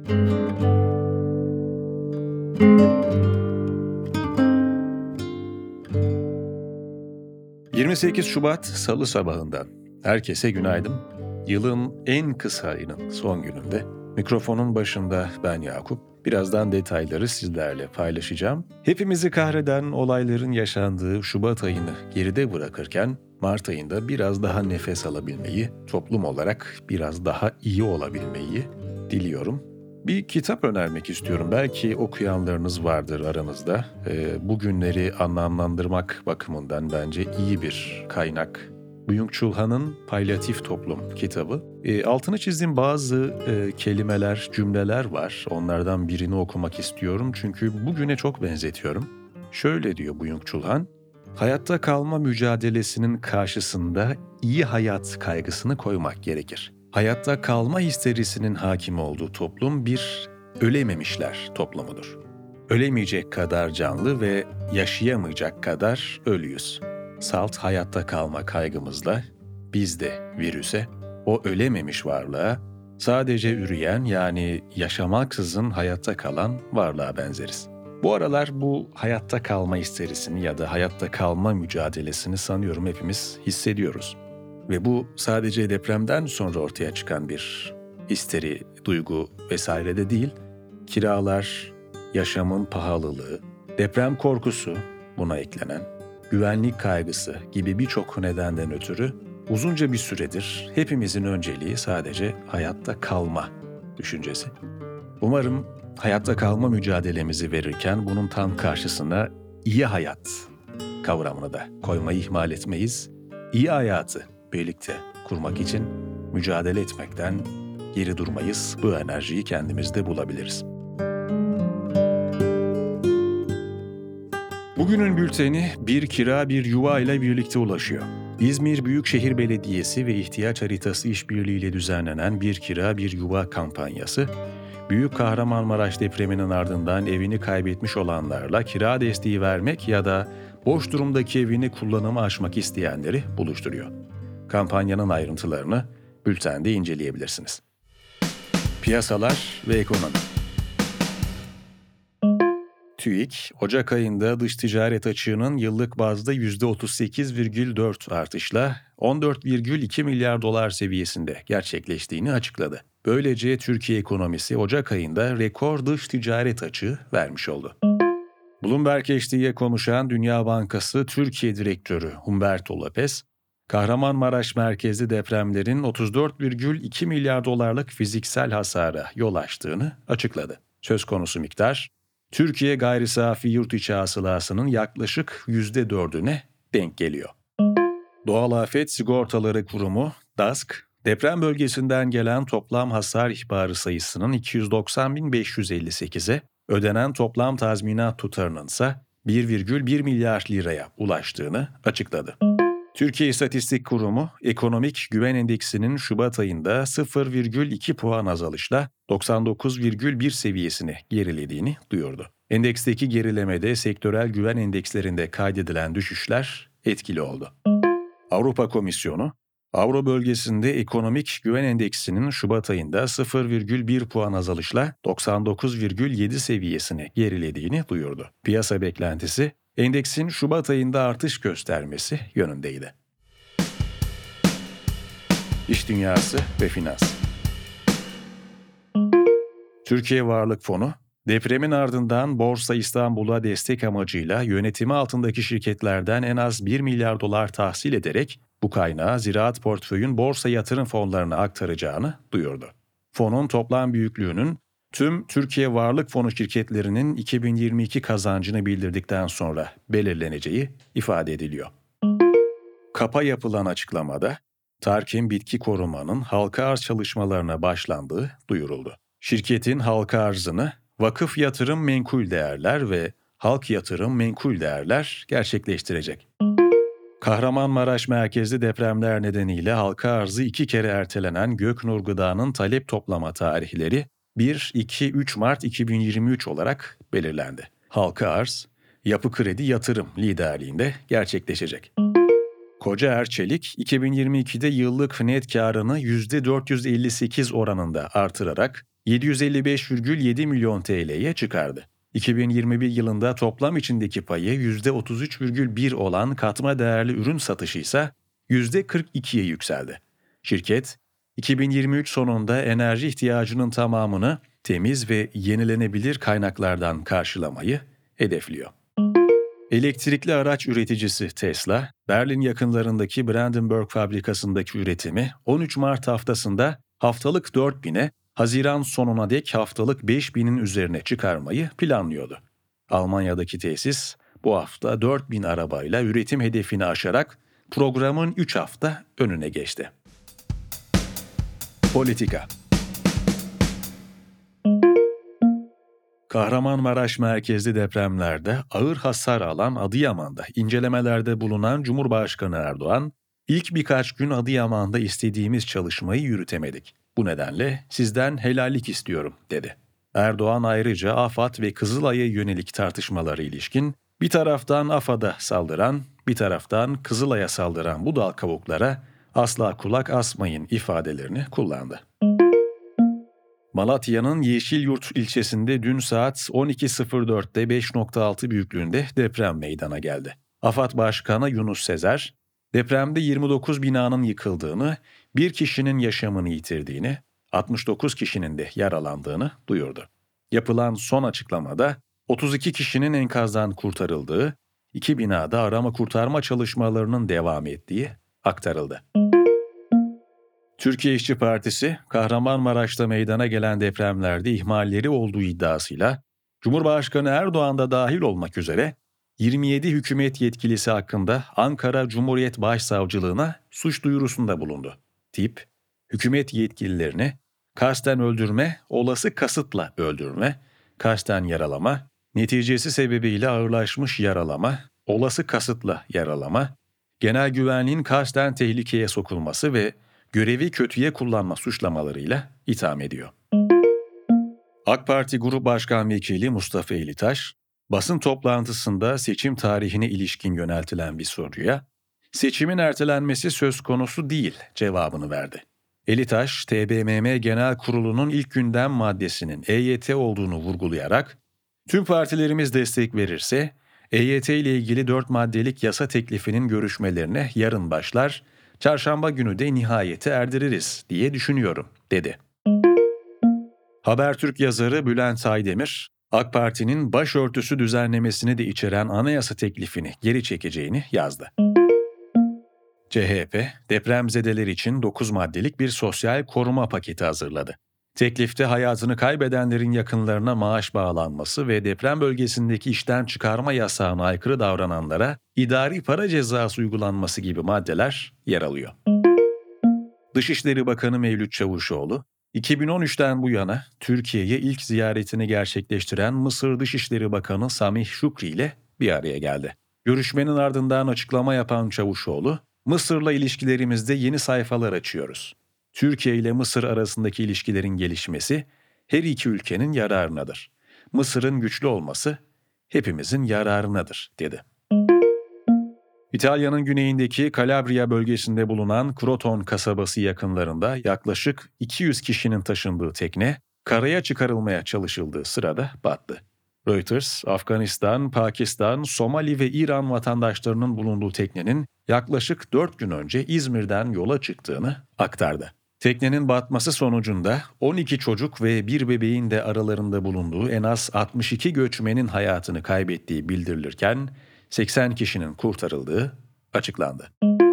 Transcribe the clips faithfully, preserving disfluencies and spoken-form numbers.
yirmi sekiz Şubat Salı sabahından herkese günaydın. Yılın en kısa ayının son gününde mikrofonun başında ben Yakup. Birazdan detayları sizlerle paylaşacağım. Hepimizi kahreden olayların yaşandığı Şubat ayını geride bırakırken Mart ayında biraz daha nefes alabilmeyi, toplum olarak biraz daha iyi olabilmeyi diliyorum. Bir kitap önermek istiyorum. Belki okuyanlarınız vardır aranızda. E, bugünleri anlamlandırmak bakımından bence iyi bir kaynak. Byung-Chul Han'ın Palyatif Toplum kitabı. E, altını çizdiğim bazı e, kelimeler, cümleler var. Onlardan birini okumak istiyorum çünkü bugüne çok benzetiyorum. Şöyle diyor Byung-Chul Han, hayatta kalma mücadelesinin karşısında iyi hayat kaygısını koymak gerekir. Hayatta kalma histerisinin hakim olduğu toplum bir ölememişler toplumudur. Ölemeyecek kadar canlı ve yaşayamayacak kadar ölüyüz. Salt hayatta kalma kaygımızla biz de virüse, o ölememiş varlığa, sadece üreyen yani yaşamaksızın hayatta kalan varlığa benzeriz. Bu aralar bu hayatta kalma histerisini ya da hayatta kalma mücadelesini sanıyorum hepimiz hissediyoruz. Ve bu sadece depremden sonra ortaya çıkan bir histeri, duygu vesaire de değil, kiralar, yaşamın pahalılığı, deprem korkusu buna eklenen, güvenlik kaygısı gibi birçok nedenden ötürü uzunca bir süredir hepimizin önceliği sadece hayatta kalma düşüncesi. Umarım hayatta kalma mücadelemizi verirken bunun tam karşısına iyi hayat kavramını da koymayı ihmal etmeyiz. İyi hayatı birlikte kurmak için mücadele etmekten geri durmayız. Bu enerjiyi kendimizde bulabiliriz. Bugünün bülteni bir kira bir yuva ile birlikte ulaşıyor. İzmir Büyükşehir Belediyesi ve İhtiyaç Haritası işbirliğiyle düzenlenen Bir Kira Bir Yuva kampanyası, Büyük Kahramanmaraş depreminin ardından evini kaybetmiş olanlarla kira desteği vermek ya da boş durumdaki evini kullanıma açmak isteyenleri buluşturuyor. Kampanyanın ayrıntılarını bültende inceleyebilirsiniz. Piyasalar ve ekonomi. TÜİK, Ocak ayında dış ticaret açığının yıllık bazda yüzde otuz sekiz virgül dört artışla on dört virgül iki milyar dolar seviyesinde gerçekleştiğini açıkladı. Böylece Türkiye ekonomisi Ocak ayında rekor dış ticaret açığı vermiş oldu. Bloomberg H D'ye konuşan Dünya Bankası Türkiye Direktörü Humberto Lopez, Kahramanmaraş merkezli depremlerin otuz dört virgül iki milyar dolarlık fiziksel hasara yol açtığını açıkladı. Söz konusu miktar, Türkiye gayri safi yurt içi hasılasının yaklaşık yüzde dördüne denk geliyor. Doğal Afet Sigortaları Kurumu D A S K, deprem bölgesinden gelen toplam hasar ihbarı sayısının iki yüz doksan bin beş yüz elli sekize, ödenen toplam tazminat tutarının ise bir virgül bir milyar liraya ulaştığını açıkladı. Türkiye İstatistik Kurumu, Ekonomik Güven Endeksinin Şubat ayında sıfır virgül iki puan azalışla doksan dokuz virgül bir seviyesine gerilediğini duyurdu. Endeksteki gerilemede sektörel güven endekslerinde kaydedilen düşüşler etkili oldu. Avrupa Komisyonu, Avro bölgesinde Ekonomik Güven Endeksinin Şubat ayında sıfır virgül bir puan azalışla doksan dokuz virgül yedi seviyesine gerilediğini duyurdu. Piyasa beklentisi, endeksin Şubat ayında artış göstermesi yönündeydi. İş dünyası ve finans. Türkiye Varlık Fonu, depremin ardından Borsa İstanbul'a destek amacıyla yönetimi altındaki şirketlerden en az bir milyar dolar tahsil ederek bu kaynağı ziraat portföyün borsa yatırım fonlarına aktaracağını duyurdu. Fonun toplam büyüklüğünün tüm Türkiye Varlık Fonu şirketlerinin iki bin yirmi iki kazancını bildirdikten sonra belirleneceği ifade ediliyor. Kapa yapılan açıklamada, Tarkim Bitki Koruma'nın halka arz çalışmalarına başlandığı duyuruldu. Şirketin halka arzını Vakıf Yatırım Menkul Değerler ve Halk Yatırım Menkul Değerler gerçekleştirecek. Kahramanmaraş merkezli depremler nedeniyle halka arzı iki kere ertelenen Göknur Gıda'nın talep toplama tarihleri bir, iki, üç Mart iki bin yirmi üç olarak belirlendi. Halka arz, Yapı Kredi Yatırım liderliğinde gerçekleşecek. Kocaer Çelik, iki bin yirmi ikide yıllık net karını yüzde dört yüz elli sekiz oranında artırarak yedi yüz elli beş virgül yedi milyon T L'ye çıkardı. iki bin yirmi bir yılında toplam içindeki payı yüzde otuz üç virgül bir olan katma değerli ürün satışı ise yüzde kırk ikiye yükseldi. Şirket, iki bin yirmi üç sonunda enerji ihtiyacının tamamını temiz ve yenilenebilir kaynaklardan karşılamayı hedefliyor. Elektrikli araç üreticisi Tesla, Berlin yakınlarındaki Brandenburg fabrikasındaki üretimi on üç Mart haftasında haftalık dört bine, Haziran sonuna dek haftalık beş binin üzerine çıkarmayı planlıyordu. Almanya'daki tesis bu hafta dört bin arabayla üretim hedefini aşarak programın üç hafta önüne geçti. Politika. Kahramanmaraş merkezli depremlerde ağır hasar alan Adıyaman'da incelemelerde bulunan Cumhurbaşkanı Erdoğan, ilk birkaç gün Adıyaman'da istediğimiz çalışmayı yürütemedik. Bu nedenle sizden helallik istiyorum, dedi. Erdoğan ayrıca AFAD ve Kızılay'a yönelik tartışmaları ilişkin bir taraftan AFAD'a saldıran, bir taraftan Kızılay'a saldıran bu dal kavuklara asla kulak asmayın ifadelerini kullandı. Malatya'nın Yeşilyurt ilçesinde dün saat on iki sıfır dörtte beş nokta altı büyüklüğünde deprem meydana geldi. AFAD Başkanı Yunus Sezer, depremde yirmi dokuz binanın yıkıldığını, bir kişinin yaşamını yitirdiğini, altmış dokuz kişinin de yaralandığını duyurdu. Yapılan son açıklamada otuz iki kişinin enkazdan kurtarıldığı, iki binada arama kurtarma çalışmalarının devam ettiği aktarıldı. Türkiye İşçi Partisi, Kahramanmaraş'ta meydana gelen depremlerde ihmalleri olduğu iddiasıyla, Cumhurbaşkanı Erdoğan da dahil olmak üzere yirmi yedi hükümet yetkilisi hakkında Ankara Cumhuriyet Başsavcılığına suç duyurusunda bulundu. Tip, hükümet yetkililerini kasten öldürme, olası kasıtla öldürme, kasten yaralama, neticesi sebebiyle ağırlaşmış yaralama, olası kasıtla yaralama, genel güvenliğin kasten tehlikeye sokulması ve görevi kötüye kullanma suçlamalarıyla itham ediyor. AK Parti Grup Başkan Vekili Mustafa Elitaş, basın toplantısında seçim tarihine ilişkin yöneltilen bir soruya, seçimin ertelenmesi söz konusu değil cevabını verdi. Elitaş, T B M M Genel Kurulu'nun ilk gündem maddesinin E Y T olduğunu vurgulayarak, tüm partilerimiz destek verirse, E Y T ile ilgili dört maddelik yasa teklifinin görüşmelerine yarın başlar, çarşamba günü de nihayete erdiririz diye düşünüyorum, dedi. Habertürk yazarı Bülent Aydemir, AK Parti'nin başörtüsü düzenlemesini de içeren anayasa teklifini geri çekeceğini yazdı. C H P, depremzedeler için dokuz maddelik bir sosyal koruma paketi hazırladı. Teklifte hayatını kaybedenlerin yakınlarına maaş bağlanması ve deprem bölgesindeki işten çıkarma yasağına aykırı davrananlara idari para cezası uygulanması gibi maddeler yer alıyor. Dışişleri Bakanı Mevlüt Çavuşoğlu, iki bin on üçten bu yana Türkiye'ye ilk ziyaretini gerçekleştiren Mısır Dışişleri Bakanı Samih Şükri ile bir araya geldi. Görüşmenin ardından açıklama yapan Çavuşoğlu, Mısır'la ilişkilerimizde yeni sayfalar açıyoruz. Türkiye ile Mısır arasındaki ilişkilerin gelişmesi her iki ülkenin yararınadır. Mısır'ın güçlü olması hepimizin yararınadır, dedi. İtalya'nın güneyindeki Calabria bölgesinde bulunan Croton kasabası yakınlarında yaklaşık iki yüz kişinin taşındığı tekne karaya çıkarılmaya çalışıldığı sırada battı. Reuters, Afganistan, Pakistan, Somali ve İran vatandaşlarının bulunduğu teknenin yaklaşık dört gün önce İzmir'den yola çıktığını aktardı. Teknenin batması sonucunda on iki çocuk ve bir bebeğin de aralarında bulunduğu en az altmış iki göçmenin hayatını kaybettiği bildirilirken seksen kişinin kurtarıldığı açıklandı.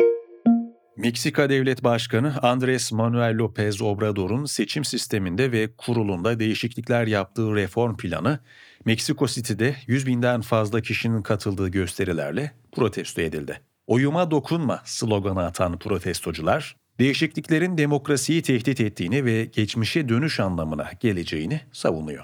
Meksika Devlet Başkanı Andrés Manuel López Obrador'un seçim sisteminde ve kurulunda değişiklikler yaptığı reform planı, Meksiko City'de yüz binden fazla kişinin katıldığı gösterilerle protesto edildi. "Oyuma dokunma" sloganı atan protestocular, değişikliklerin demokrasiyi tehdit ettiğini ve geçmişe dönüş anlamına geleceğini savunuyor.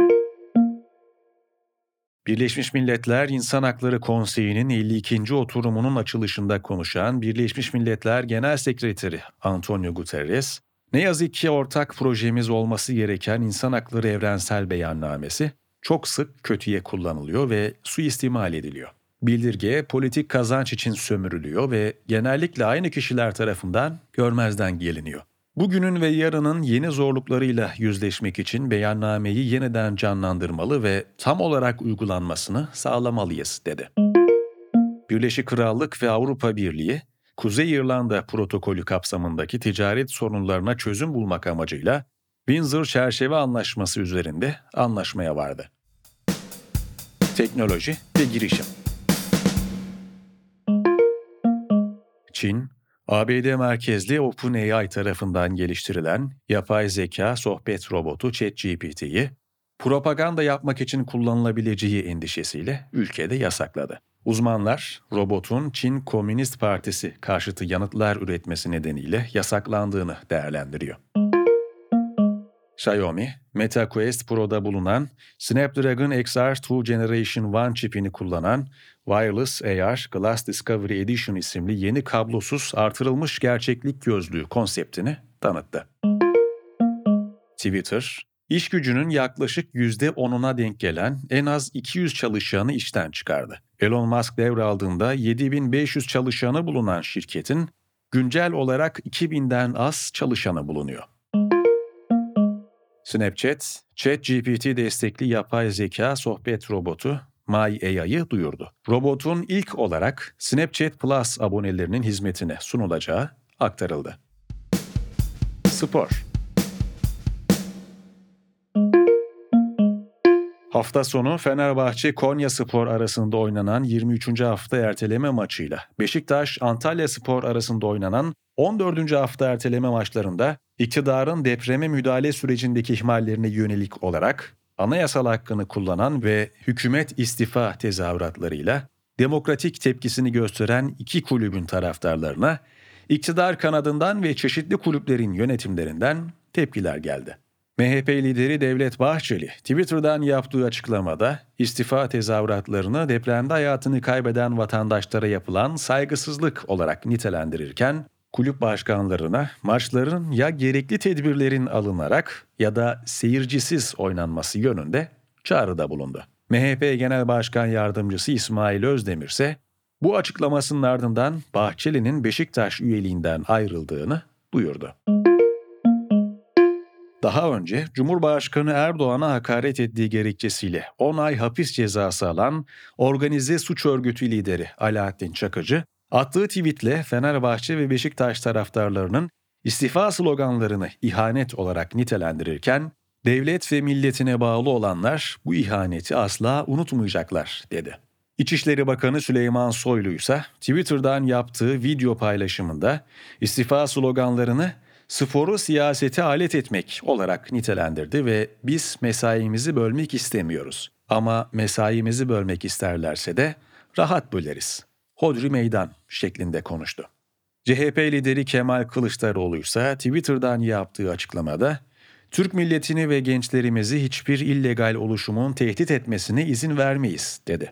Birleşmiş Milletler İnsan Hakları Konseyi'nin elli ikinci oturumunun açılışında konuşan Birleşmiş Milletler Genel Sekreteri Antonio Guterres, "Ne yazık ki ortak projemiz olması gereken İnsan Hakları Evrensel Beyannamesi çok sık kötüye kullanılıyor ve suistimal ediliyor. Bildirge politik kazanç için sömürülüyor ve genellikle aynı kişiler tarafından görmezden geliniyor. Bugünün ve yarının yeni zorluklarıyla yüzleşmek için beyannameyi yeniden canlandırmalı ve tam olarak uygulanmasını sağlamalıyız, dedi. Birleşik Krallık ve Avrupa Birliği, Kuzey İrlanda protokolü kapsamındaki ticaret sorunlarına çözüm bulmak amacıyla Windsor Çerçeve Anlaşması üzerinde anlaşmaya vardı. Teknoloji ve girişim. Çin, A B D merkezli OpenAI tarafından geliştirilen yapay zeka sohbet robotu ChatGPT'yi propaganda yapmak için kullanılabileceği endişesiyle ülkede yasakladı. Uzmanlar, robotun Çin Komünist Partisi karşıtı yanıtlar üretmesi nedeniyle yasaklandığını değerlendiriyor. Xiaomi, Meta Quest Pro'da bulunan Snapdragon X R iki Generation bir çipini kullanan Wireless A R Glass Discovery Edition isimli yeni kablosuz artırılmış gerçeklik gözlüğü konseptini tanıttı. Twitter, iş gücünün yaklaşık yüzde onuna denk gelen en az iki yüz çalışanı işten çıkardı. Elon Musk devraldığında yedi bin beş yüz çalışanı bulunan şirketin güncel olarak iki binden az çalışanı bulunuyor. Snapchat, ChatGPT destekli yapay zeka sohbet robotu MyAI'yı duyurdu. Robotun ilk olarak Snapchat Plus abonelerinin hizmetine sunulacağı aktarıldı. Spor. Hafta sonu Fenerbahçe Konyaspor arasında oynanan yirmi üçüncü hafta erteleme maçıyla Beşiktaş Antalyaspor arasında oynanan on dördüncü hafta erteleme maçlarında iktidarın depreme müdahale sürecindeki ihmallerine yönelik olarak anayasal hakkını kullanan ve hükümet istifa tezahüratlarıyla demokratik tepkisini gösteren iki kulübün taraftarlarına iktidar kanadından ve çeşitli kulüplerin yönetimlerinden tepkiler geldi. M H P lideri Devlet Bahçeli, Twitter'dan yaptığı açıklamada istifa tezahüratlarını depremde hayatını kaybeden vatandaşlara yapılan saygısızlık olarak nitelendirirken, kulüp başkanlarına maçların ya gerekli tedbirlerin alınarak ya da seyircisiz oynanması yönünde çağrıda bulundu. M H P Genel Başkan Yardımcısı İsmail Özdemir ise bu açıklamasının ardından Bahçeli'nin Beşiktaş üyeliğinden ayrıldığını duyurdu. Daha önce Cumhurbaşkanı Erdoğan'a hakaret ettiği gerekçesiyle on ay hapis cezası alan organize suç örgütü lideri Alaaddin Çakıcı, attığı tweetle Fenerbahçe ve Beşiktaş taraftarlarının istifa sloganlarını ihanet olarak nitelendirirken, devlet ve milletine bağlı olanlar bu ihaneti asla unutmayacaklar, dedi. İçişleri Bakanı Süleyman Soylu ise Twitter'dan yaptığı video paylaşımında istifa sloganlarını sporu siyasete alet etmek olarak nitelendirdi ve biz mesaimizi bölmek istemiyoruz. Ama mesaimizi bölmek isterlerse de rahat böleriz. Hodri meydan şeklinde konuştu. C H P lideri Kemal Kılıçdaroğlu ise Twitter'dan yaptığı açıklamada Türk milletini ve gençlerimizi hiçbir illegal oluşumun tehdit etmesine izin vermeyiz, dedi.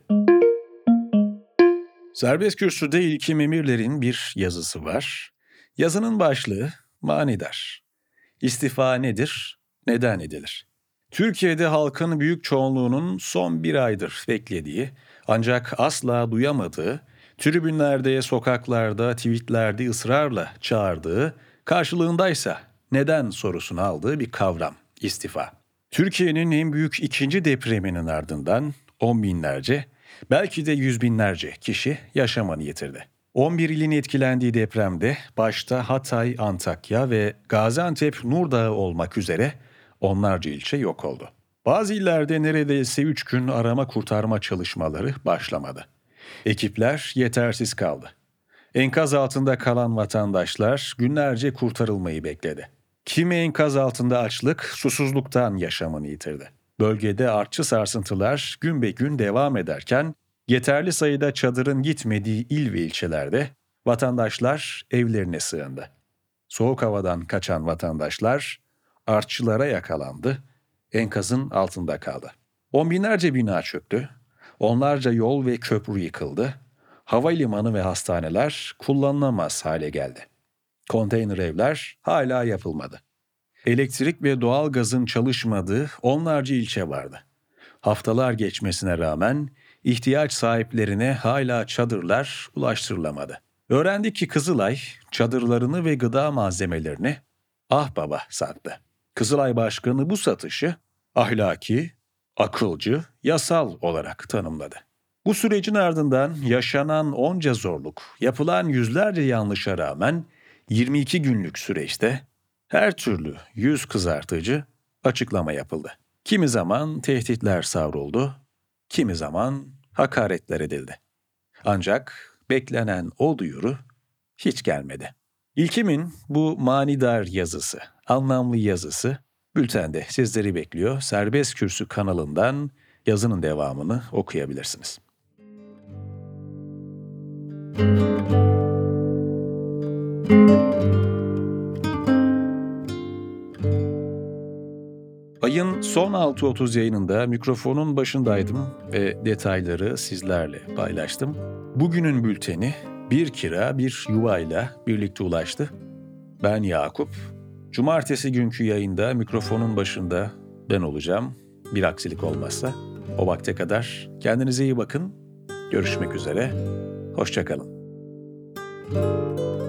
Serbest Kürsü'de İlkim Emirler'in bir yazısı var. Yazının başlığı manidar. İstifa nedir? Neden edilir? Türkiye'de halkın büyük çoğunluğunun son bir aydır beklediği ancak asla duyamadığı, tribünlerde, sokaklarda, tweetlerde ısrarla çağırdığı, karşılığındaysa neden sorusunu aldığı bir kavram, istifa. Türkiye'nin en büyük ikinci depreminin ardından on binlerce, belki de yüz binlerce kişi yaşamını yitirdi. on bir ilin etkilendiği depremde başta Hatay, Antakya ve Gaziantep Nurdağı olmak üzere onlarca ilçe yok oldu. Bazı illerde neredeyse üç gün arama kurtarma çalışmaları başlamadı. Ekipler yetersiz kaldı. Enkaz altında kalan vatandaşlar günlerce kurtarılmayı bekledi. Kimi enkaz altında açlık, susuzluktan yaşamını yitirdi. Bölgede artçı sarsıntılar gün be gün devam ederken, yeterli sayıda çadırın gitmediği il ve ilçelerde vatandaşlar evlerine sığındı. Soğuk havadan kaçan vatandaşlar artçılara yakalandı, enkazın altında kaldı. On binlerce bina çöktü, onlarca yol ve köprü yıkıldı, havalimanı ve hastaneler kullanılamaz hale geldi. Konteyner evler hala yapılmadı. Elektrik ve doğalgazın çalışmadığı onlarca ilçe vardı. Haftalar geçmesine rağmen ihtiyaç sahiplerine hala çadırlar ulaştırılamadı. Öğrendik ki Kızılay çadırlarını ve gıda malzemelerini Ah baba sattı. Kızılay Başkanı bu satışı ahlaki, akılcı, yasal olarak tanımladı. Bu sürecin ardından yaşanan onca zorluk, yapılan yüzlerce yanlışa rağmen yirmi iki günlük süreçte her türlü yüz kızartıcı açıklama yapıldı. Kimi zaman tehditler savruldu, kimi zaman hakaretler edildi. Ancak beklenen o duyuru hiç gelmedi. İlkim'in bu manidar yazısı, anlamlı yazısı bültende sizleri bekliyor. Serbest Kürsü kanalından yazının devamını okuyabilirsiniz. Ayın son altı otuz yayınında mikrofonun başındaydım ve detayları sizlerle paylaştım. Bugünün bülteni bir kira bir yuvayla birlikte ulaştı. Ben Yakup. Cumartesi günkü yayında mikrofonun başında ben olacağım. Bir aksilik olmazsa. O vakte kadar kendinize iyi bakın. Görüşmek üzere. Hoşça kalın.